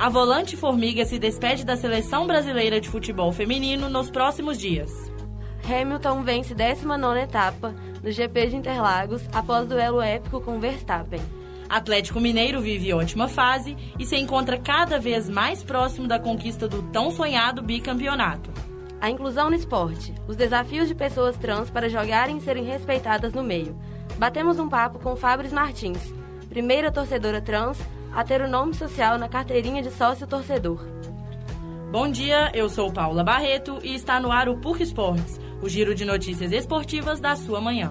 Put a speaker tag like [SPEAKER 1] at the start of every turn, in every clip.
[SPEAKER 1] A volante Formiga se despede da Seleção Brasileira de Futebol Feminino nos próximos dias.
[SPEAKER 2] Hamilton vence 19ª etapa no GP de Interlagos após duelo épico com Verstappen.
[SPEAKER 1] Atlético Mineiro vive ótima fase e se encontra cada vez mais próximo da conquista do tão sonhado bicampeonato.
[SPEAKER 2] A inclusão no esporte, os desafios de pessoas trans para jogarem e serem respeitadas no meio. Batemos um papo com Fabris Martins, primeira torcedora trans a ter o nome social na carteirinha de sócio-torcedor.
[SPEAKER 1] Bom dia, eu sou Paula Barreto e está no ar o PUC Esportes, o giro de notícias esportivas da sua manhã.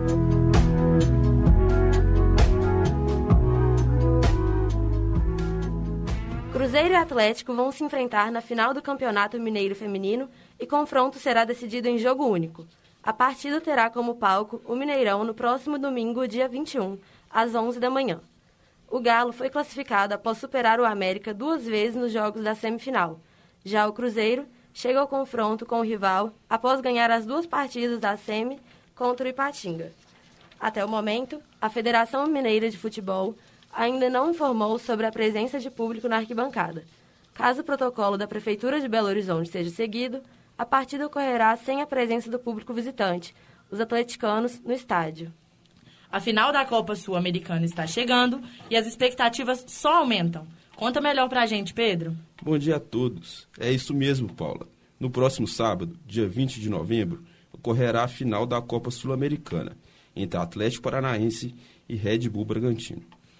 [SPEAKER 2] Cruzeiro e Atlético vão se enfrentar na final do Campeonato Mineiro Feminino e confronto será decidido em jogo único. A partida terá como palco o Mineirão no próximo domingo, dia 21, às 11 da manhã. O Galo foi classificado após superar o América 2 vezes nos jogos da semifinal. Já o Cruzeiro chega ao confronto com o rival após ganhar as 2 partidas da semi contra o Ipatinga. Até o momento, a Federação Mineira de Futebol ainda não informou sobre a presença de público na arquibancada. Caso o protocolo da Prefeitura de Belo Horizonte seja seguido, a partida ocorrerá sem a presença do público visitante, os atleticanos, no estádio.
[SPEAKER 1] A final da Copa Sul-Americana está chegando e as expectativas só aumentam. Conta melhor pra gente, Pedro.
[SPEAKER 3] Bom dia a todos. É isso mesmo, Paula. No próximo sábado, dia 20 de novembro, ocorrerá a final da Copa Sul-Americana entre Atlético Paranaense e Red Bull Bragantino.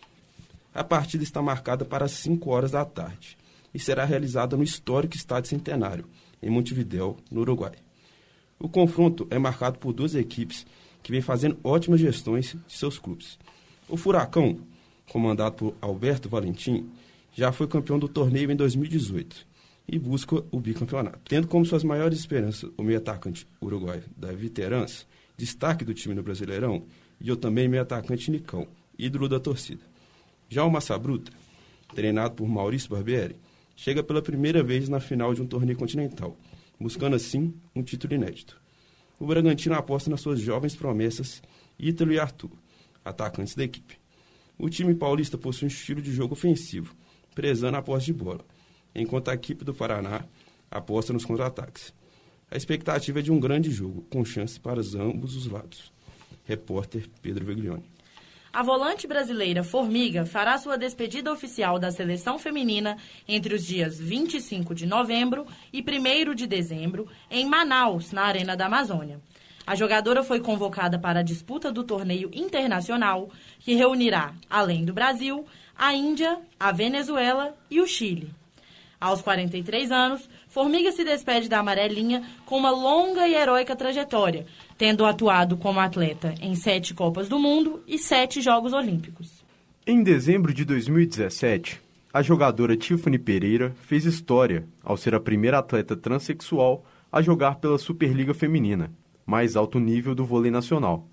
[SPEAKER 3] A partida está marcada para as 5 horas da tarde e será realizada no histórico Estádio Centenário, em Montevidéu, no Uruguai. O confronto é marcado por 2 equipes que vêm fazendo ótimas gestões de seus clubes. O Furacão, comandado por Alberto Valentim, já foi campeão do torneio em 2018 e busca o bicampeonato. Tendo como suas maiores esperanças o meio-atacante uruguaio David Terans, destaque do time no Brasileirão, e o também meio-atacante Nicão, ídolo da torcida. Já o Massa Bruta, treinado por Maurício Barbieri, chega pela primeira vez na final de um torneio continental, buscando assim um título inédito. O Bragantino aposta nas suas jovens promessas Ítalo e Arthur, atacantes da equipe. O time paulista possui um estilo de jogo ofensivo, prezando a posse de bola, enquanto a equipe do Paraná aposta nos contra-ataques. A expectativa é de um grande jogo, com chance para ambos os lados. Repórter Pedro Veglione.
[SPEAKER 1] A volante brasileira Formiga fará sua despedida oficial da seleção feminina entre os dias 25 de novembro e 1º de dezembro, em Manaus, na Arena da Amazônia. A jogadora foi convocada para a disputa do torneio internacional, que reunirá, além do Brasil, a Índia, a Venezuela e o Chile. Aos 43 anos, Formiga se despede da amarelinha com uma longa e heróica trajetória, tendo atuado como atleta em 7 Copas do Mundo e 7 Jogos Olímpicos.
[SPEAKER 4] Em dezembro de 2017, a jogadora Tiffany Pereira fez história ao ser a primeira atleta transexual a jogar pela Superliga Feminina, mais alto nível do vôlei nacional.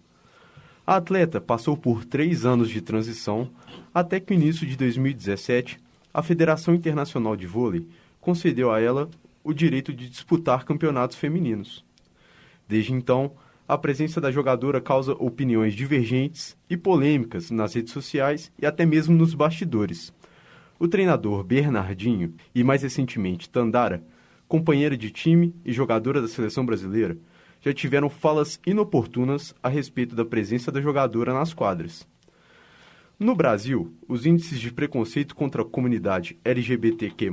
[SPEAKER 4] A atleta passou por 3 anos de transição, até que no início de 2017, a Federação Internacional de Vôlei concedeu a ela o direito de disputar campeonatos femininos. Desde então, a presença da jogadora causa opiniões divergentes e polêmicas nas redes sociais e até mesmo nos bastidores. O treinador Bernardinho e, mais recentemente, Tandara, companheira de time e jogadora da seleção brasileira, já tiveram falas inoportunas a respeito da presença da jogadora nas quadras. No Brasil, os índices de preconceito contra a comunidade LGBTQ+,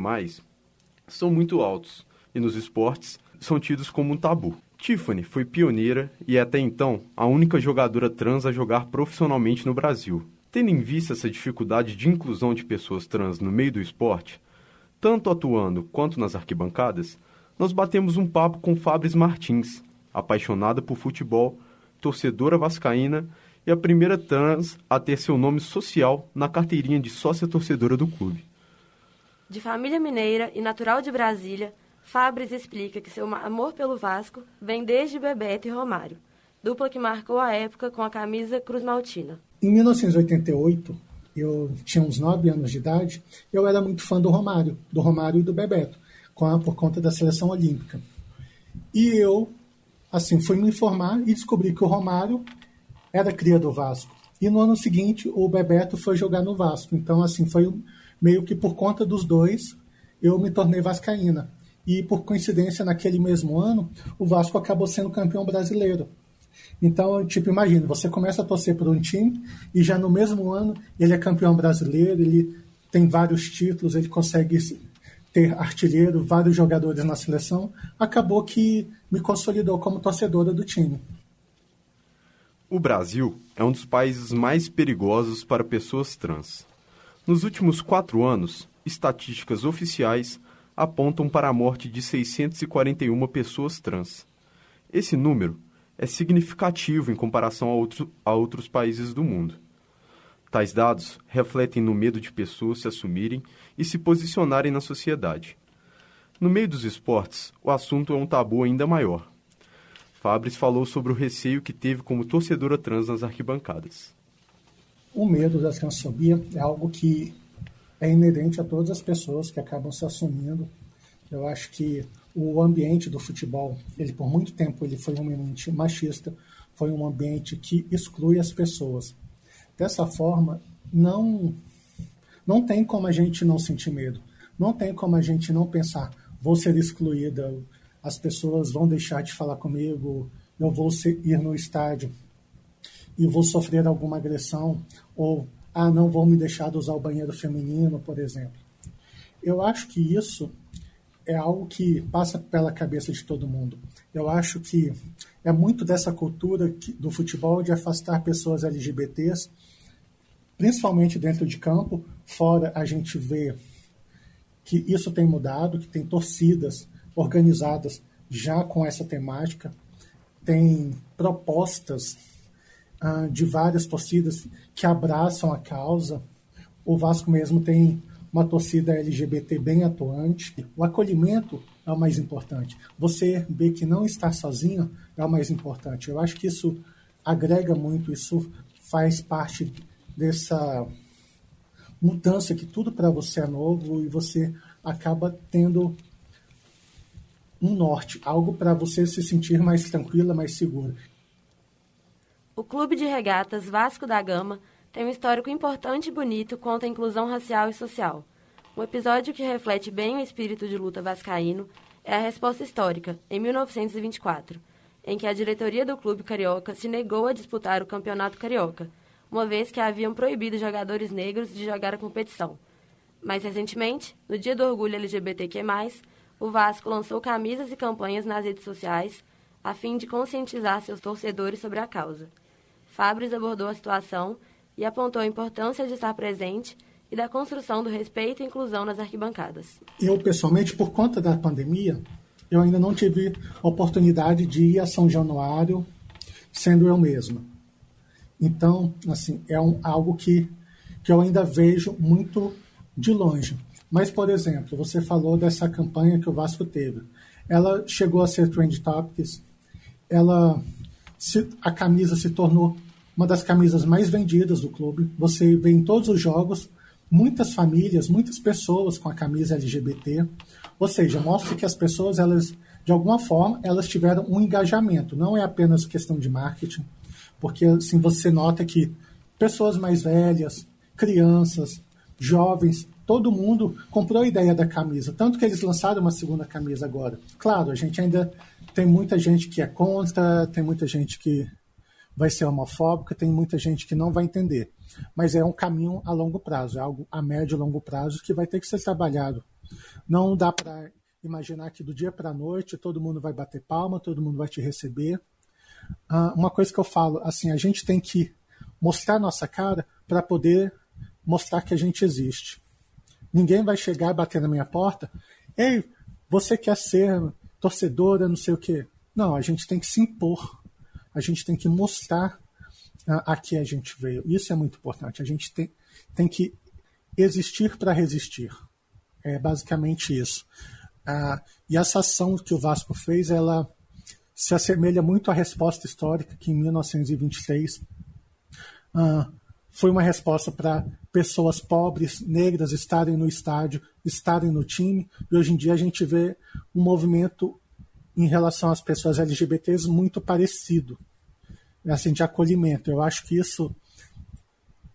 [SPEAKER 4] são muito altos e nos esportes são tidos como um tabu. Tiffany foi pioneira e até então a única jogadora trans a jogar profissionalmente no Brasil. Tendo em vista essa dificuldade de inclusão de pessoas trans no meio do esporte, tanto atuando quanto nas arquibancadas, nós batemos um papo com Fabris Martins, apaixonada por futebol, torcedora vascaína e a primeira trans a ter seu nome social na carteirinha de sócia-torcedora do clube.
[SPEAKER 2] De família mineira e natural de Brasília, Fabris explica que seu amor pelo Vasco vem desde Bebeto e Romário, dupla que marcou a época com a camisa cruz-maltina.
[SPEAKER 5] Em 1988, eu tinha uns 9 anos de idade, eu era muito fã do Romário e do Bebeto, por conta da seleção olímpica. E eu, fui me informar e descobri que o Romário era cria do Vasco. E no ano seguinte, o Bebeto foi jogar no Vasco. Então, meio que por conta dos dois, eu me tornei vascaína. E, por coincidência, naquele mesmo ano, o Vasco acabou sendo campeão brasileiro. Então, imagina, você começa a torcer por um time e já no mesmo ano ele é campeão brasileiro, ele tem vários títulos, ele consegue ter artilheiro, vários jogadores na seleção. Acabou que me consolidou como torcedora do time.
[SPEAKER 4] O Brasil é um dos países mais perigosos para pessoas trans. Nos últimos 4 anos, estatísticas oficiais apontam para a morte de 641 pessoas trans. Esse número é significativo em comparação a outros países do mundo. Tais dados refletem no medo de pessoas se assumirem e se posicionarem na sociedade. No meio dos esportes, o assunto é um tabu ainda maior. Fabris falou sobre o receio que teve como torcedora trans nas arquibancadas.
[SPEAKER 5] O medo da transfobia é algo que é inerente a todas as pessoas que acabam se assumindo. Eu acho que o ambiente do futebol, ele por muito tempo ele foi um ambiente machista, foi um ambiente que exclui as pessoas. Dessa forma, não tem como a gente não sentir medo, não tem como a gente não pensar, vou ser excluída, as pessoas vão deixar de falar comigo, eu vou ir no estádio e vou sofrer alguma agressão, ou não vão me deixar de usar o banheiro feminino, por exemplo. Eu acho que isso é algo que passa pela cabeça de todo mundo. Eu acho que é muito dessa cultura do futebol de afastar pessoas LGBTs, principalmente dentro de campo. Fora, a gente vê que isso tem mudado, que tem torcidas organizadas já com essa temática, tem propostas de várias torcidas que abraçam a causa. O Vasco mesmo tem uma torcida LGBT bem atuante. O acolhimento é o mais importante. Você ver que não está sozinho é o mais importante. Eu acho que isso agrega muito, isso faz parte dessa mudança que tudo para você é novo e você acaba tendo um norte, algo para você se sentir mais tranquila, mais segura.
[SPEAKER 2] O Clube de Regatas Vasco da Gama tem um histórico importante e bonito quanto à inclusão racial e social. Um episódio que reflete bem o espírito de luta vascaíno é a Resposta Histórica, em 1924, em que a diretoria do clube carioca se negou a disputar o Campeonato Carioca, uma vez que haviam proibido jogadores negros de jogar a competição. Mais recentemente, no Dia do Orgulho LGBTQ+, o Vasco lançou camisas e campanhas nas redes sociais a fim de conscientizar seus torcedores sobre a causa. Fabris abordou a situação e apontou a importância de estar presente e da construção do respeito e inclusão nas arquibancadas.
[SPEAKER 5] Eu, pessoalmente, por conta da pandemia, eu ainda não tive oportunidade de ir a São Januário sendo eu mesma. Então, assim, é algo que eu ainda vejo muito de longe. Mas, por exemplo, você falou dessa campanha que o Vasco teve. Ela chegou a ser Trend Topics, a camisa se tornou uma das camisas mais vendidas do clube. Você vê em todos os jogos muitas famílias, muitas pessoas com a camisa LGBT. Ou seja, mostra que as pessoas, elas, de alguma forma, elas tiveram um engajamento. Não é apenas questão de marketing, porque assim, você nota que pessoas mais velhas, crianças, jovens, todo mundo comprou a ideia da camisa. Tanto que eles lançaram uma segunda camisa agora. Claro, a gente ainda tem muita gente que é contra, tem muita gente que vai ser homofóbica, tem muita gente que não vai entender. Mas é um caminho a longo prazo, é algo a médio e longo prazo que vai ter que ser trabalhado. Não dá para imaginar que do dia para a noite todo mundo vai bater palma, todo mundo vai te receber. Uma coisa que eu falo, assim, a gente tem que mostrar nossa cara para poder mostrar que a gente existe. Ninguém vai chegar e bater na minha porta, ei, você quer ser torcedora, não sei o quê. Não, a gente tem que se impor. A gente tem que mostrar a que a gente veio. Isso é muito importante. A gente tem que existir para resistir. É basicamente isso. E essa ação que o Vasco fez, ela se assemelha muito à Resposta Histórica, que em 1923 foi uma resposta para pessoas pobres, negras, estarem no estádio, estarem no time. E hoje em dia a gente vê um movimento em relação às pessoas LGBTs muito parecido, assim, de acolhimento. Eu acho que isso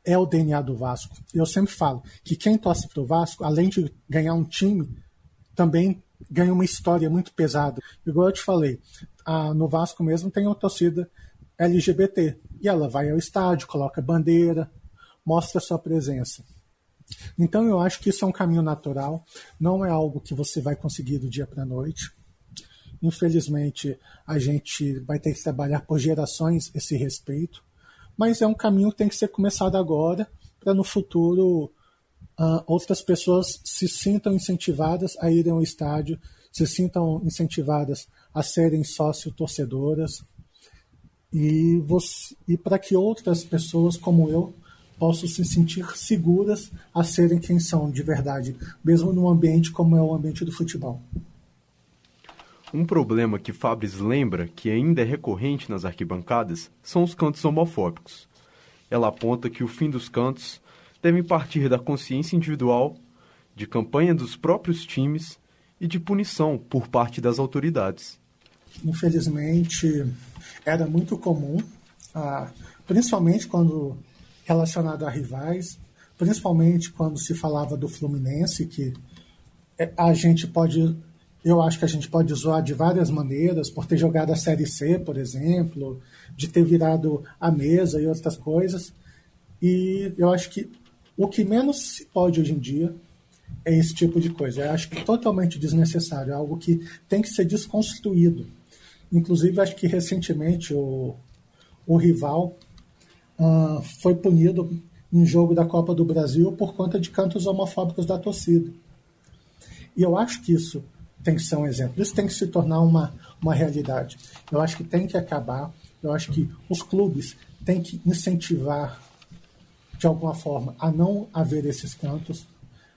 [SPEAKER 5] é o DNA do Vasco. Eu sempre falo que quem torce para o Vasco, além de ganhar um time, também ganha uma história muito pesada. Igual eu te falei, no Vasco mesmo tem uma torcida LGBT, e ela vai ao estádio, coloca bandeira, mostra sua presença. Então eu acho que isso é um caminho natural, não é algo que você vai conseguir do dia para a noite. Infelizmente, a gente vai ter que trabalhar por gerações esse respeito, mas é um caminho que tem que ser começado agora, para no futuro outras pessoas se sintam incentivadas a irem ao estádio, se sintam incentivadas a serem sócio-torcedoras, e para que outras pessoas como eu possam se sentir seguras a serem quem são de verdade, mesmo num ambiente como é o ambiente do futebol.
[SPEAKER 4] Um problema que Fabris lembra que ainda é recorrente nas arquibancadas são os cantos homofóbicos. Ela aponta que o fim dos cantos deve partir da consciência individual, de campanha dos próprios times e de punição por parte das autoridades.
[SPEAKER 5] Infelizmente, era muito comum, principalmente quando relacionado a rivais, principalmente quando se falava do Fluminense, que eu acho que a gente pode zoar de várias maneiras, por ter jogado a Série C, por exemplo, de ter virado a mesa e outras coisas. E eu acho que o que menos se pode hoje em dia é esse tipo de coisa. Eu acho que é totalmente desnecessário, é algo que tem que ser desconstruído. Inclusive, acho que recentemente o rival foi punido em jogo da Copa do Brasil por conta de cantos homofóbicos da torcida. E eu acho que isso tem que ser um exemplo. Isso tem que se tornar uma realidade. Eu acho que tem que acabar. Eu acho que os clubes têm que incentivar, de alguma forma, a não haver esses cantos.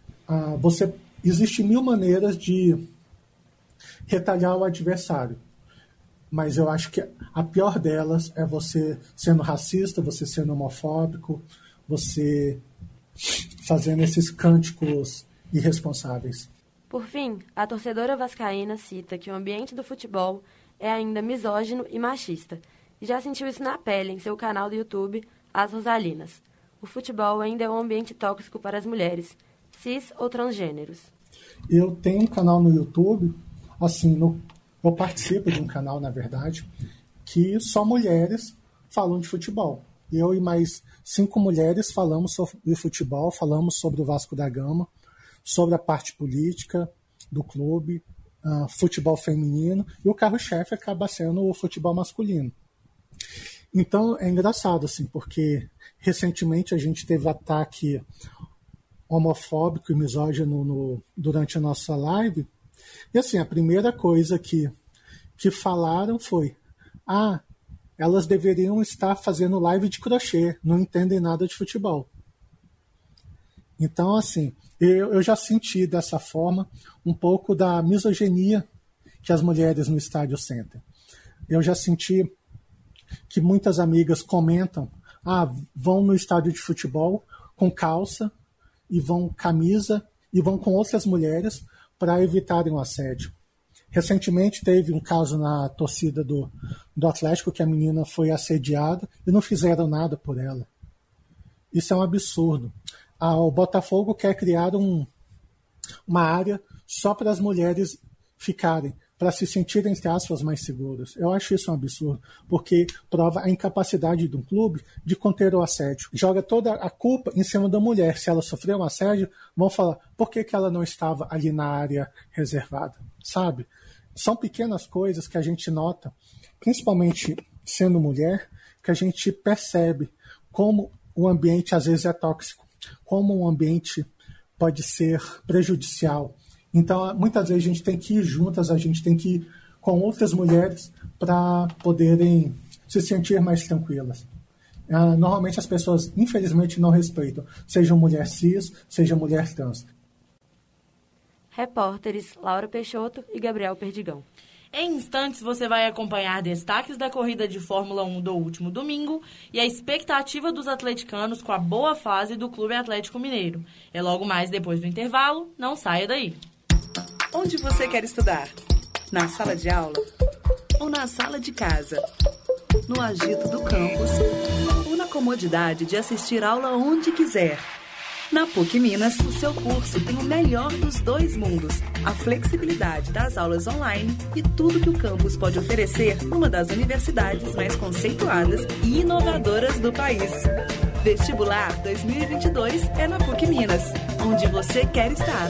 [SPEAKER 5] Existem 1000 maneiras de retalhar o adversário. Mas eu acho que a pior delas é você sendo racista, você sendo homofóbico, você fazendo esses cânticos irresponsáveis.
[SPEAKER 2] Por fim, a torcedora vascaína cita que o ambiente do futebol é ainda misógino e machista, e já sentiu isso na pele em seu canal do YouTube, As Rosalinas. O futebol ainda é um ambiente tóxico para as mulheres, cis ou transgêneros.
[SPEAKER 5] Eu tenho um canal no YouTube, eu participo de um canal, na verdade, que só mulheres falam de futebol. Eu e mais 5 mulheres falamos sobre futebol, falamos sobre o Vasco da Gama, sobre a parte política do clube, futebol feminino, e o carro-chefe acaba sendo o futebol masculino. Então é engraçado, assim, porque recentemente a gente teve ataque homofóbico e misógino durante a nossa live, e assim, a primeira coisa que falaram foi: elas deveriam estar fazendo live de crochê, não entendem nada de futebol. Então, assim, eu já senti dessa forma um pouco da misoginia que as mulheres no estádio sentem. Eu já senti que muitas amigas comentam, vão no estádio de futebol com calça e vão camisa e vão com outras mulheres para evitarem o assédio. Recentemente teve um caso na torcida do Atlético que a menina foi assediada e não fizeram nada por ela. Isso é um absurdo. O Botafogo quer criar uma área só para as mulheres ficarem, para se sentirem, entre aspas, mais seguras. Eu acho isso um absurdo, porque prova a incapacidade de um clube de conter o assédio. Joga toda a culpa em cima da mulher. Se ela sofreu um assédio, vão falar, por que ela não estava ali na área reservada? Sabe? São pequenas coisas que a gente nota, principalmente sendo mulher, que a gente percebe como o ambiente às vezes é tóxico, como um ambiente pode ser prejudicial. Então, muitas vezes a gente tem que ir juntas, a gente tem que ir com outras mulheres para poderem se sentir mais tranquilas. Normalmente as pessoas, infelizmente, não respeitam, seja mulher cis, seja mulher trans.
[SPEAKER 2] Repórteres Laura Peixoto e Gabriel Perdigão.
[SPEAKER 1] Em instantes, você vai acompanhar destaques da corrida de Fórmula 1 do último domingo e a expectativa dos atleticanos com a boa fase do Clube Atlético Mineiro. É logo mais depois do intervalo, não saia daí.
[SPEAKER 6] Onde você quer estudar? Na sala de aula? Ou na sala de casa? No agito do campus? Ou na a comodidade de assistir aula onde quiser. Na PUC Minas, o seu curso tem o melhor dos dois mundos, a flexibilidade das aulas online e tudo que o campus pode oferecer numa das universidades mais conceituadas e inovadoras do país. Vestibular 2022 é na PUC Minas, onde você quer estar.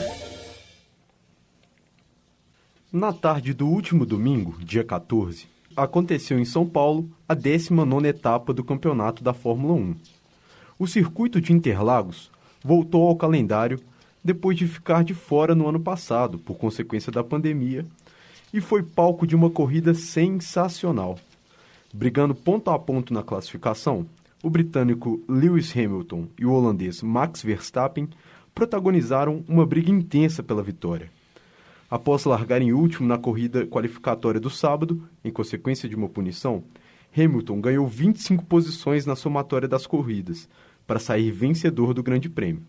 [SPEAKER 4] Na tarde do último domingo, dia 14, aconteceu em São Paulo a 19ª etapa do campeonato da Fórmula 1. O circuito de Interlagos voltou ao calendário depois de ficar de fora no ano passado, por consequência da pandemia, e foi palco de uma corrida sensacional. Brigando ponto a ponto na classificação, o britânico Lewis Hamilton e o holandês Max Verstappen protagonizaram uma briga intensa pela vitória. Após largar em último na corrida qualificatória do sábado, em consequência de uma punição, Hamilton ganhou 25 posições na somatória das corridas, para sair vencedor do Grande Prêmio.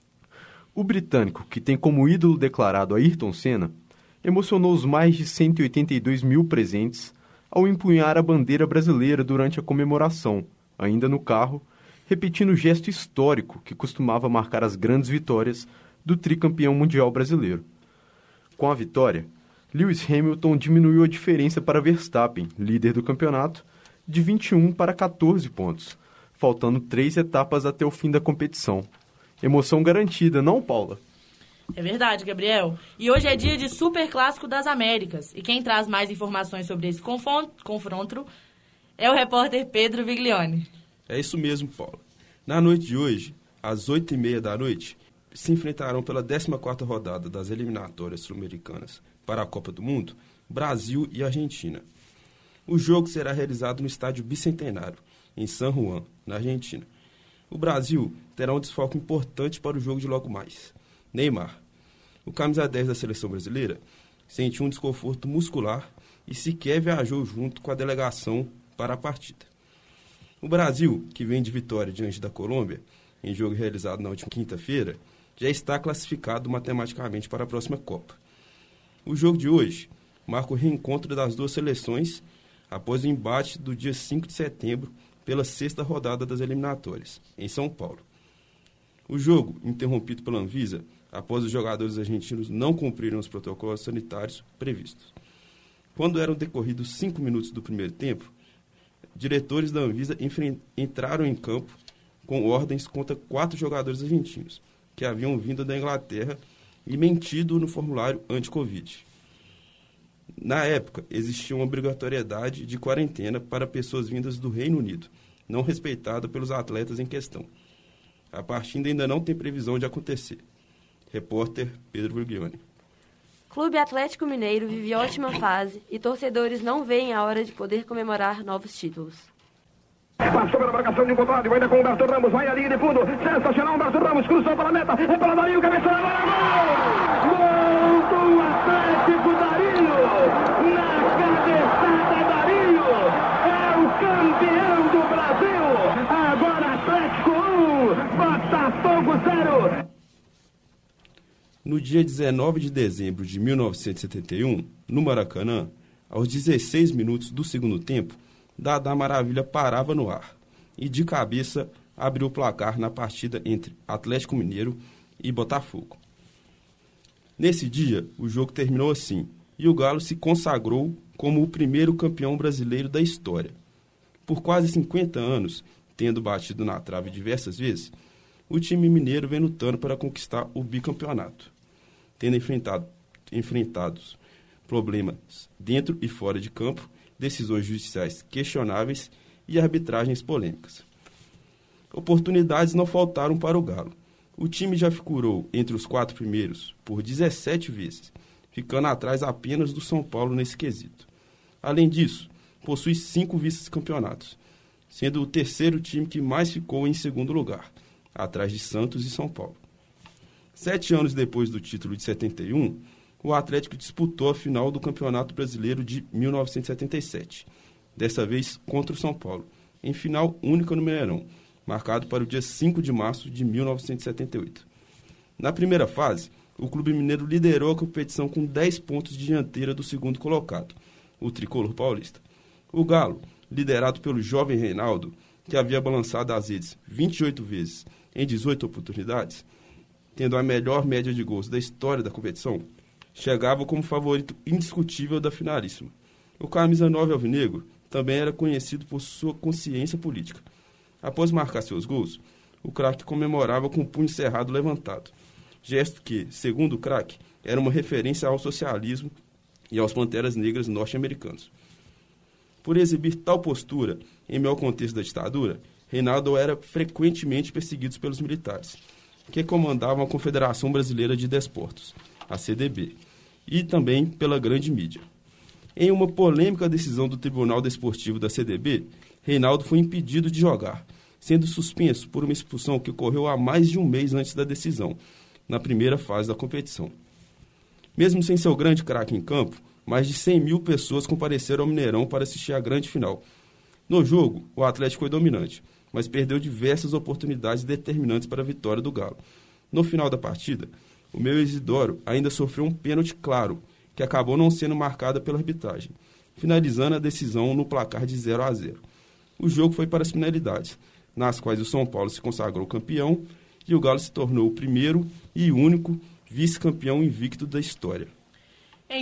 [SPEAKER 4] O britânico, que tem como ídolo declarado Ayrton Senna, emocionou os mais de 182 mil presentes ao empunhar a bandeira brasileira durante a comemoração, ainda no carro, repetindo o gesto histórico que costumava marcar as grandes vitórias do tricampeão mundial brasileiro. Com a vitória, Lewis Hamilton diminuiu a diferença para Verstappen, líder do campeonato, de 21 para 14 pontos, faltando 3 etapas até o fim da competição. Emoção garantida, não, Paula?
[SPEAKER 1] É verdade, Gabriel. E hoje é dia de Super Clássico das Américas. E quem traz mais informações sobre esse confronto é o repórter Pedro Viglione.
[SPEAKER 3] É isso mesmo, Paula. Na noite de hoje, às 8h30 da noite, se enfrentarão pela 14ª rodada das eliminatórias sul-americanas para a Copa do Mundo, Brasil e Argentina. O jogo será realizado no estádio Bicentenário, em San Juan, na Argentina. O Brasil terá um desfalque importante para o jogo de logo mais. Neymar. O camisa 10 da seleção brasileira sentiu um desconforto muscular e sequer viajou junto com a delegação para a partida. O Brasil, que vem de vitória diante da Colômbia, em jogo realizado na última quinta-feira, já está classificado matematicamente para a próxima Copa. O jogo de hoje marca o reencontro das duas seleções após o embate do dia 5 de setembro pela 6ª rodada das eliminatórias, em São Paulo. O jogo, interrompido pela Anvisa, após os jogadores argentinos não cumprirem os protocolos sanitários previstos. Quando eram decorridos 5 minutos do primeiro tempo, diretores da Anvisa entraram em campo com ordens contra 4 jogadores argentinos, que haviam vindo da Inglaterra e mentido no formulário anti-Covid. Na época, existia uma obrigatoriedade de quarentena para pessoas vindas do Reino Unido, não respeitada pelos atletas em questão. A partida ainda não tem previsão de acontecer. Repórter Pedro Viglione.
[SPEAKER 2] Clube Atlético Mineiro vive ótima fase e torcedores não veem a hora de poder comemorar novos títulos.
[SPEAKER 7] Passou pela marcação de um controle, ainda com o Humberto Ramos, vai a linha de fundo, sensacional, Humberto Ramos, cruzou para a meta, é para Darinho, cabeça na bola, gol! Gol do Atlético, Darinho, na cabeçada, Darinho, é o campeão do Brasil, agora Atlético 1, Botafogo 0.
[SPEAKER 3] No dia 19 de dezembro de 1971, no Maracanã, aos 16 minutos do segundo tempo, Dadá Maravilha parava no ar e, de cabeça, abriu o placar na partida entre Atlético Mineiro e Botafogo. Nesse dia, o jogo terminou assim e o Galo se consagrou como o primeiro campeão brasileiro da história. Por quase 50 anos, tendo batido na trave diversas vezes, o time mineiro vem lutando para conquistar o bicampeonato, tendo enfrentados problemas dentro e fora de campo, decisões judiciais questionáveis e arbitragens polêmicas. Oportunidades não faltaram para o Galo. O time já figurou entre os 4 primeiros por 17 vezes, ficando atrás apenas do São Paulo nesse quesito. Além disso, possui 5 vice-campeonatos, sendo o terceiro time que mais ficou em segundo lugar, atrás de Santos e São Paulo. 7 anos depois do título de 71, o Atlético disputou a final do Campeonato Brasileiro de 1977, dessa vez contra o São Paulo, em final única no Mineirão, marcado para o dia 5 de março de 1978. Na primeira fase, o Clube Mineiro liderou a competição com 10 pontos de dianteira do segundo colocado, o tricolor paulista. O Galo, liderado pelo jovem Reinaldo, que havia balançado as redes 28 vezes em 18 oportunidades, tendo a melhor média de gols da história da competição, chegava como favorito indiscutível da finalíssima. O camisa 9 alvinegro também era conhecido por sua consciência política. Após marcar seus gols, o craque comemorava com o punho cerrado levantado, gesto que, segundo o craque, era uma referência ao socialismo e aos Panteras Negras norte-americanos. Por exibir tal postura em meio ao contexto da ditadura, Reinaldo era frequentemente perseguido pelos militares, que comandavam a Confederação Brasileira de Desportos, a CDB, e também pela grande mídia. Em uma polêmica decisão do Tribunal Desportivo da CDB, Reinaldo foi impedido de jogar, sendo suspenso por uma expulsão que ocorreu há mais de um mês antes da decisão, na primeira fase da competição. Mesmo sem seu grande craque em campo, mais de 100 mil pessoas compareceram ao Mineirão para assistir à grande final. No jogo, o Atlético foi dominante, mas perdeu diversas oportunidades determinantes para a vitória do Galo. No final da partida, o meu Isidoro ainda sofreu um pênalti claro, que acabou não sendo marcada pela arbitragem, finalizando a decisão no placar de 0-0. O jogo foi para as finalidades, nas quais o São Paulo se consagrou campeão e o Galo se tornou o primeiro e único vice-campeão invicto da história.
[SPEAKER 1] Em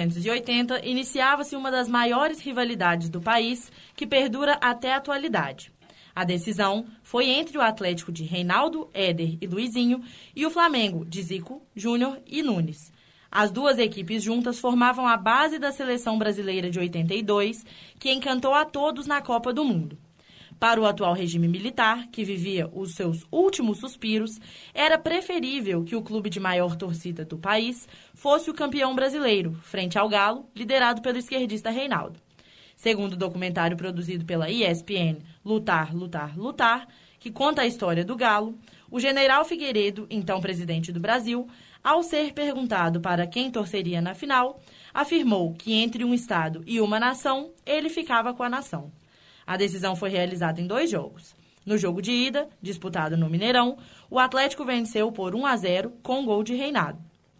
[SPEAKER 1] 1980, iniciava-se uma das maiores rivalidades do país, que perdura até a atualidade. A decisão foi entre o Atlético de Reinaldo, Éder e Luizinho e o Flamengo de Zico, Júnior e Nunes. As duas equipes juntas formavam a base da seleção brasileira de 82, que encantou a todos na Copa do Mundo. Para o atual regime militar, que vivia os seus últimos suspiros, era preferível que o clube de maior torcida do país fosse o campeão brasileiro, frente ao Galo, liderado pelo esquerdista Reinaldo. Segundo o documentário produzido pela ESPN, Lutar, Lutar, Lutar, que conta a história do Galo, o general Figueiredo, então presidente do Brasil, ao ser perguntado para quem torceria na final, afirmou que entre um estado e uma nação, ele ficava com a nação. A decisão foi realizada em 2 jogos. No jogo de ida, disputado no Mineirão, o Atlético venceu por 1-0 com gol de Reinaldo.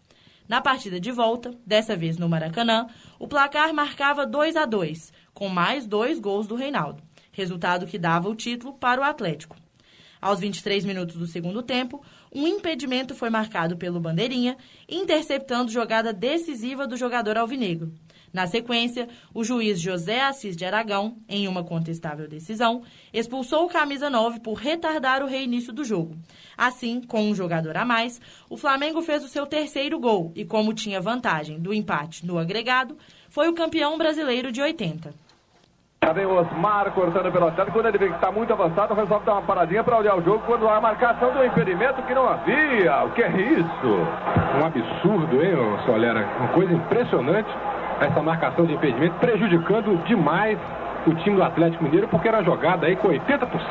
[SPEAKER 1] Na partida de volta, dessa vez no Maracanã, o placar marcava 2-2, com mais 2 gols do Reinaldo, resultado que dava o título para o Atlético. Aos 23 minutos do segundo tempo, um impedimento foi marcado pelo Bandeirinha, interceptando jogada decisiva do jogador alvinegro. Na sequência, o juiz José Assis de Aragão, em uma contestável decisão, expulsou o camisa 9 por retardar o reinício do jogo. Assim, com um jogador a mais, o Flamengo fez o seu 3º gol e, como tinha vantagem do empate no agregado, foi o campeão brasileiro de 80.
[SPEAKER 7] Já vem o Osmar cortando pelo Atlético. Quando ele vê que está muito avançado, resolve dar uma paradinha para olhar o jogo quando há a marcação do impedimento que não havia. O que é isso?
[SPEAKER 8] Um absurdo, hein, Solera? Uma coisa impressionante. Essa marcação de impedimento prejudicando demais o time do Atlético Mineiro, porque era jogada aí com 80%.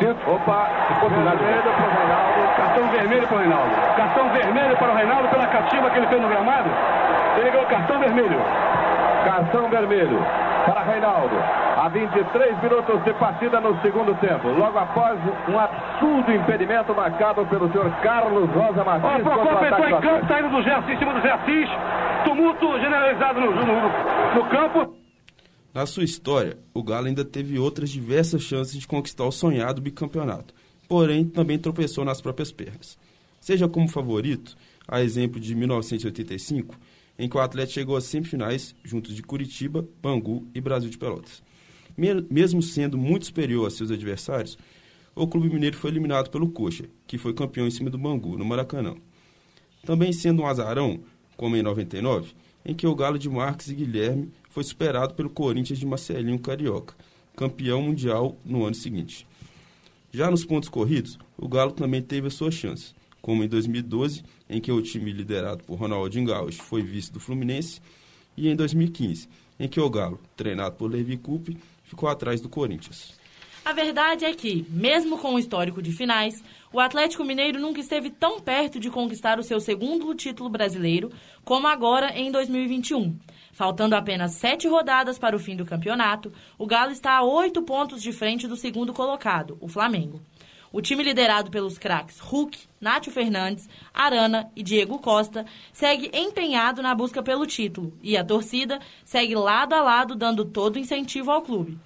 [SPEAKER 7] Opa,
[SPEAKER 8] de possibilidade.
[SPEAKER 7] Vermelho para o Reinaldo. Cartão vermelho para o Reinaldo. Cartão vermelho para o Reinaldo pela catimba que ele fez no gramado. Ele ganhou cartão vermelho. Cartão vermelho para Reinaldo. Há 23 minutos de partida no segundo tempo. Logo após um absurdo impedimento marcado pelo senhor Carlos Rosa Martins. O Procopio entrou em campo, saindo do Gerson, em cima do Gerson. Tumulto generalizado no campo.
[SPEAKER 3] Na sua história, o Galo ainda teve outras diversas chances de conquistar o sonhado bicampeonato, porém também tropeçou nas próprias pernas. Seja como favorito, a exemplo de 1985, em que o Atlético chegou às semifinais juntos de Curitiba, Bangu e Brasil de Pelotas. Mesmo sendo muito superior a seus adversários, o Clube Mineiro foi eliminado pelo Coxa, que foi campeão em cima do Bangu, no Maracanã. Também sendo um azarão, como em 99, em que o Galo de Marques e Guilherme foi superado pelo Corinthians de Marcelinho Carioca, campeão mundial no ano seguinte. Já nos pontos corridos, o Galo também teve as suas chances, como em 2012, em que o time liderado por Ronaldinho Gaúcho foi vice do Fluminense, e em 2015, em que o Galo, treinado por Levi Coupe, ficou atrás do Corinthians.
[SPEAKER 1] A verdade é que, mesmo com o histórico de finais, o Atlético Mineiro nunca esteve tão perto de conquistar o seu 2º título brasileiro como agora em 2021. Faltando apenas 7 rodadas para o fim do campeonato, o Galo está a 8 pontos de frente do 2º colocado, o Flamengo. O time liderado pelos craques Hulk, Nátio Fernandes, Arana e Diego Costa segue empenhado na busca pelo título e a torcida segue lado a lado dando todo o incentivo ao clube.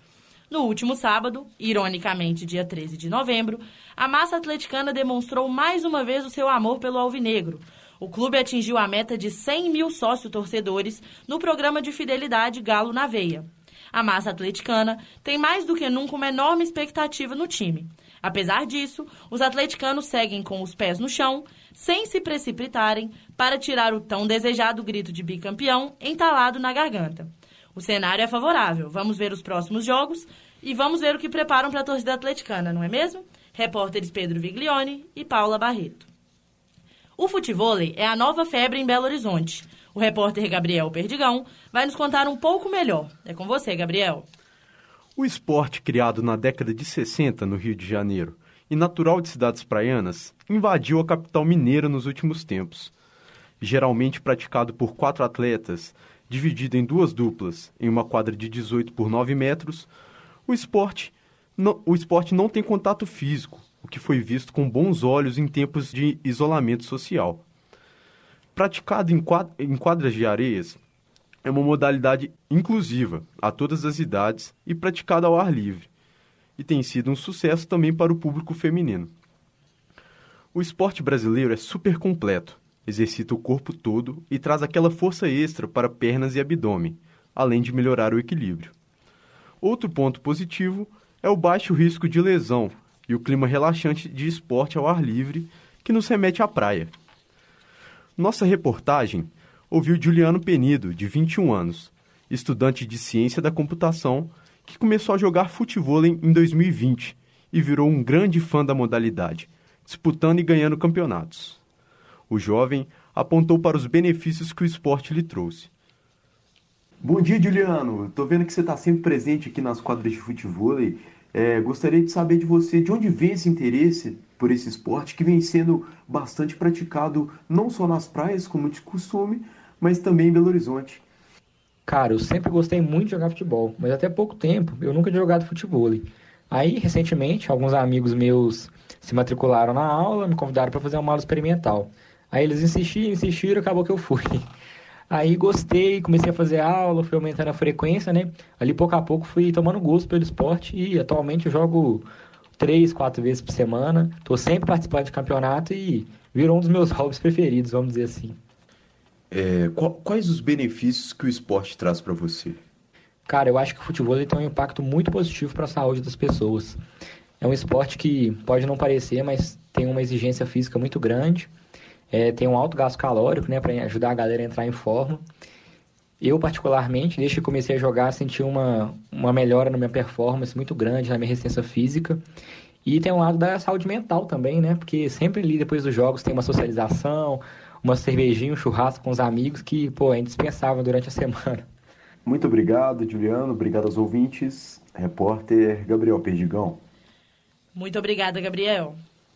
[SPEAKER 1] No último sábado, ironicamente dia 13 de novembro, a massa atleticana demonstrou mais uma vez o seu amor pelo alvinegro. O clube atingiu a meta de 100 mil sócio-torcedores no programa de fidelidade Galo na Veia. A massa atleticana tem mais do que nunca uma enorme expectativa no time. Apesar disso, os atleticanos seguem com os pés no chão, sem se precipitarem, para tirar o tão desejado grito de bicampeão entalado na garganta. O cenário é favorável. Vamos ver os próximos jogos e vamos ver o que preparam para a torcida atleticana, não é mesmo? Repórteres Pedro Viglione e Paula Barreto. O futevôlei é a nova febre em Belo Horizonte. O repórter Gabriel Perdigão vai nos contar um pouco melhor. É com você, Gabriel.
[SPEAKER 4] O esporte, criado na década de 60 no Rio de Janeiro e natural de cidades praianas, invadiu a capital mineira nos últimos tempos. Geralmente praticado por 4 atletas, dividido em 2 duplas, em uma quadra de 18 por 9 metros, o esporte não tem contato físico, o que foi visto com bons olhos em tempos de isolamento social. Praticado em quadras de areias, é uma modalidade inclusiva a todas as idades e praticada ao ar livre, e tem sido um sucesso também para o público feminino. O esporte brasileiro é super completo, exercita o corpo todo e traz aquela força extra para pernas e abdômen, além de melhorar o equilíbrio. Outro ponto positivo é o baixo risco de lesão e o clima relaxante de esporte ao ar livre que nos remete à praia. Nossa reportagem ouviu Juliano Penido, de 21 anos, estudante de ciência da computação, que começou a jogar futevôlei em 2020 e virou um grande fã da modalidade, disputando e ganhando campeonatos. O jovem apontou para os benefícios que o esporte lhe trouxe.
[SPEAKER 9] Bom dia, Juliano. Estou vendo que você está sempre presente aqui nas quadras de futevôlei. Gostaria de saber de você de onde vem esse interesse por esse esporte que vem sendo bastante praticado não só nas praias, como de costume, mas também em Belo Horizonte.
[SPEAKER 10] Cara, eu sempre gostei muito de jogar futebol, mas até pouco tempo eu nunca tinha jogado futevôlei. Aí, recentemente, alguns amigos meus se matricularam na aula, me convidaram para fazer uma aula experimental. Aí eles insistiram, acabou que eu fui. Aí gostei, comecei a fazer aula, fui aumentando a frequência, né? Ali pouco a pouco fui tomando gosto pelo esporte e atualmente eu jogo 3, 4 vezes por semana. Tô sempre participando de campeonato e virou um dos meus hobbies preferidos, vamos dizer assim.
[SPEAKER 9] Quais os benefícios que o esporte traz para você?
[SPEAKER 10] Cara, eu acho que o futebol tem um impacto muito positivo para a saúde das pessoas. É um esporte que pode não parecer, mas tem uma exigência física muito grande. Tem um alto gasto calórico, né, para ajudar a galera a entrar em forma. Eu, particularmente, desde que comecei a jogar, senti uma melhora na minha performance muito grande, na minha resistência física. E tem um lado da saúde mental também, né, porque sempre ali depois dos jogos tem uma socialização, uma cervejinha, um churrasco com os amigos que, é indispensável durante a semana.
[SPEAKER 9] Muito obrigado, Juliano. Obrigado aos ouvintes. Repórter Gabriel Perdigão.
[SPEAKER 1] Muito obrigada, Gabriel.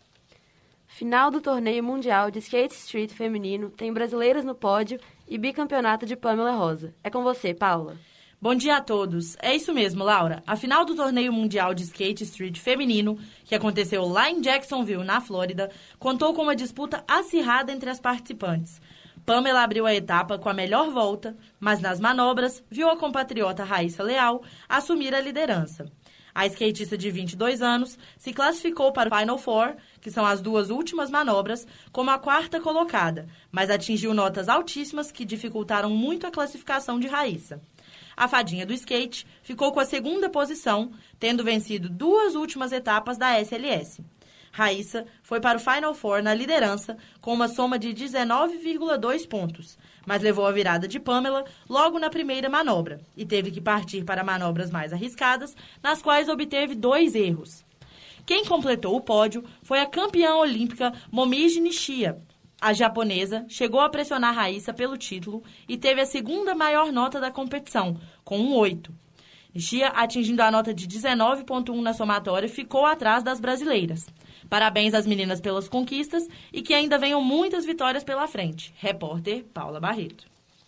[SPEAKER 2] Final do torneio mundial de skate street feminino, tem brasileiras no pódio e bicampeonato de Pamela Rosa. É com você, Paula.
[SPEAKER 1] Bom dia a todos. É isso mesmo, Laura. A final do torneio mundial de skate street feminino, que aconteceu lá em Jacksonville, na Flórida, contou com uma disputa acirrada entre as participantes. Pamela abriu a etapa com a melhor volta, mas nas manobras viu a compatriota Raíssa Leal assumir a liderança. A skatista de 22 anos se classificou para o Final Four, que são as 2 últimas manobras, como a 4ª colocada, mas atingiu notas altíssimas que dificultaram muito a classificação de Raíssa. A fadinha do skate ficou com a 2ª posição, tendo vencido 2 últimas etapas da SLS. Raíssa foi para o Final Four na liderança com uma soma de 19,2 pontos, mas levou a virada de Pamela logo na primeira manobra e teve que partir para manobras mais arriscadas, nas quais obteve 2 erros. Quem completou o pódio foi a campeã olímpica Momiji Nishia. A japonesa chegou a pressionar Raíssa pelo título e teve a 2ª maior nota da competição, com um 8. Nishia, atingindo a nota de 19,1 na somatória, ficou atrás das brasileiras. Parabéns às meninas pelas conquistas e que ainda venham muitas vitórias pela frente. Repórter Paula Barreto.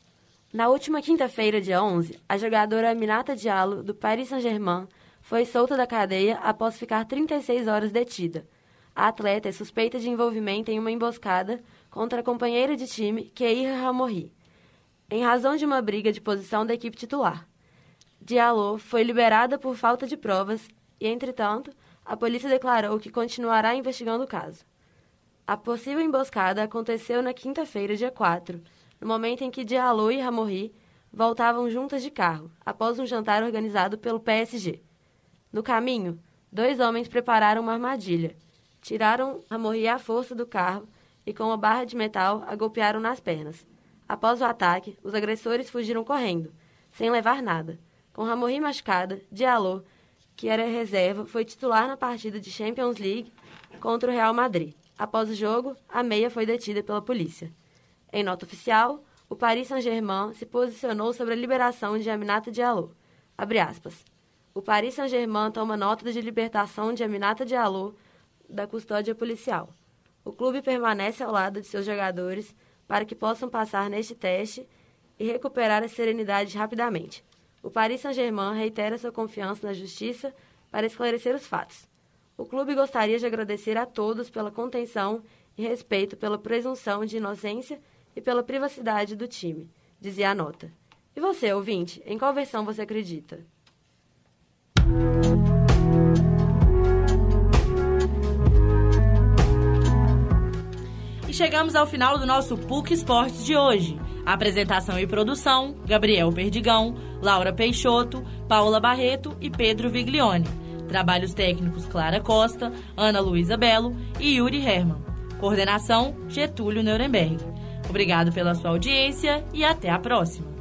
[SPEAKER 2] Na última quinta-feira, dia 11, a jogadora Aminata Diallo, do Paris Saint-Germain, foi solta da cadeia após ficar 36 horas detida. A atleta é suspeita de envolvimento em uma emboscada contra a companheira de time, Keira Hamorri, em razão de uma briga de posição da equipe titular. Diallo foi liberada por falta de provas e, entretanto, a polícia declarou que continuará investigando o caso. A possível emboscada aconteceu na quinta-feira, dia 4, no momento em que Diallo e Ramorri voltavam juntas de carro, após um jantar organizado pelo PSG. No caminho, 2 homens prepararam uma armadilha. Tiraram Ramorri à força do carro e, com uma barra de metal, a golpearam nas pernas. Após o ataque, os agressores fugiram correndo, sem levar nada. Com Ramorri machucada, Diallo, que era reserva, foi titular na partida de Champions League contra o Real Madrid. Após o jogo, a meia foi detida pela polícia. Em nota oficial, o Paris Saint-Germain se posicionou sobre a liberação de Aminata Diallo. Abre aspas. O Paris Saint-Germain toma nota de libertação de Aminata Diallo da custódia policial. O clube permanece ao lado de seus jogadores para que possam passar neste teste e recuperar a serenidade rapidamente. O Paris Saint-Germain reitera sua confiança na justiça para esclarecer os fatos. O clube gostaria de agradecer a todos pela contenção e respeito pela presunção de inocência e pela privacidade do time, dizia a nota. E você, ouvinte, em qual versão você acredita?
[SPEAKER 1] E chegamos ao final do nosso PUC Esportes de hoje. Apresentação e produção, Gabriel Perdigão, Laura Peixoto, Paula Barreto e Pedro Viglione. Trabalhos técnicos Clara Costa, Ana Luísa Belo e Yuri Herman. Coordenação, Getúlio Nuremberg. Obrigado pela sua audiência e até a próxima.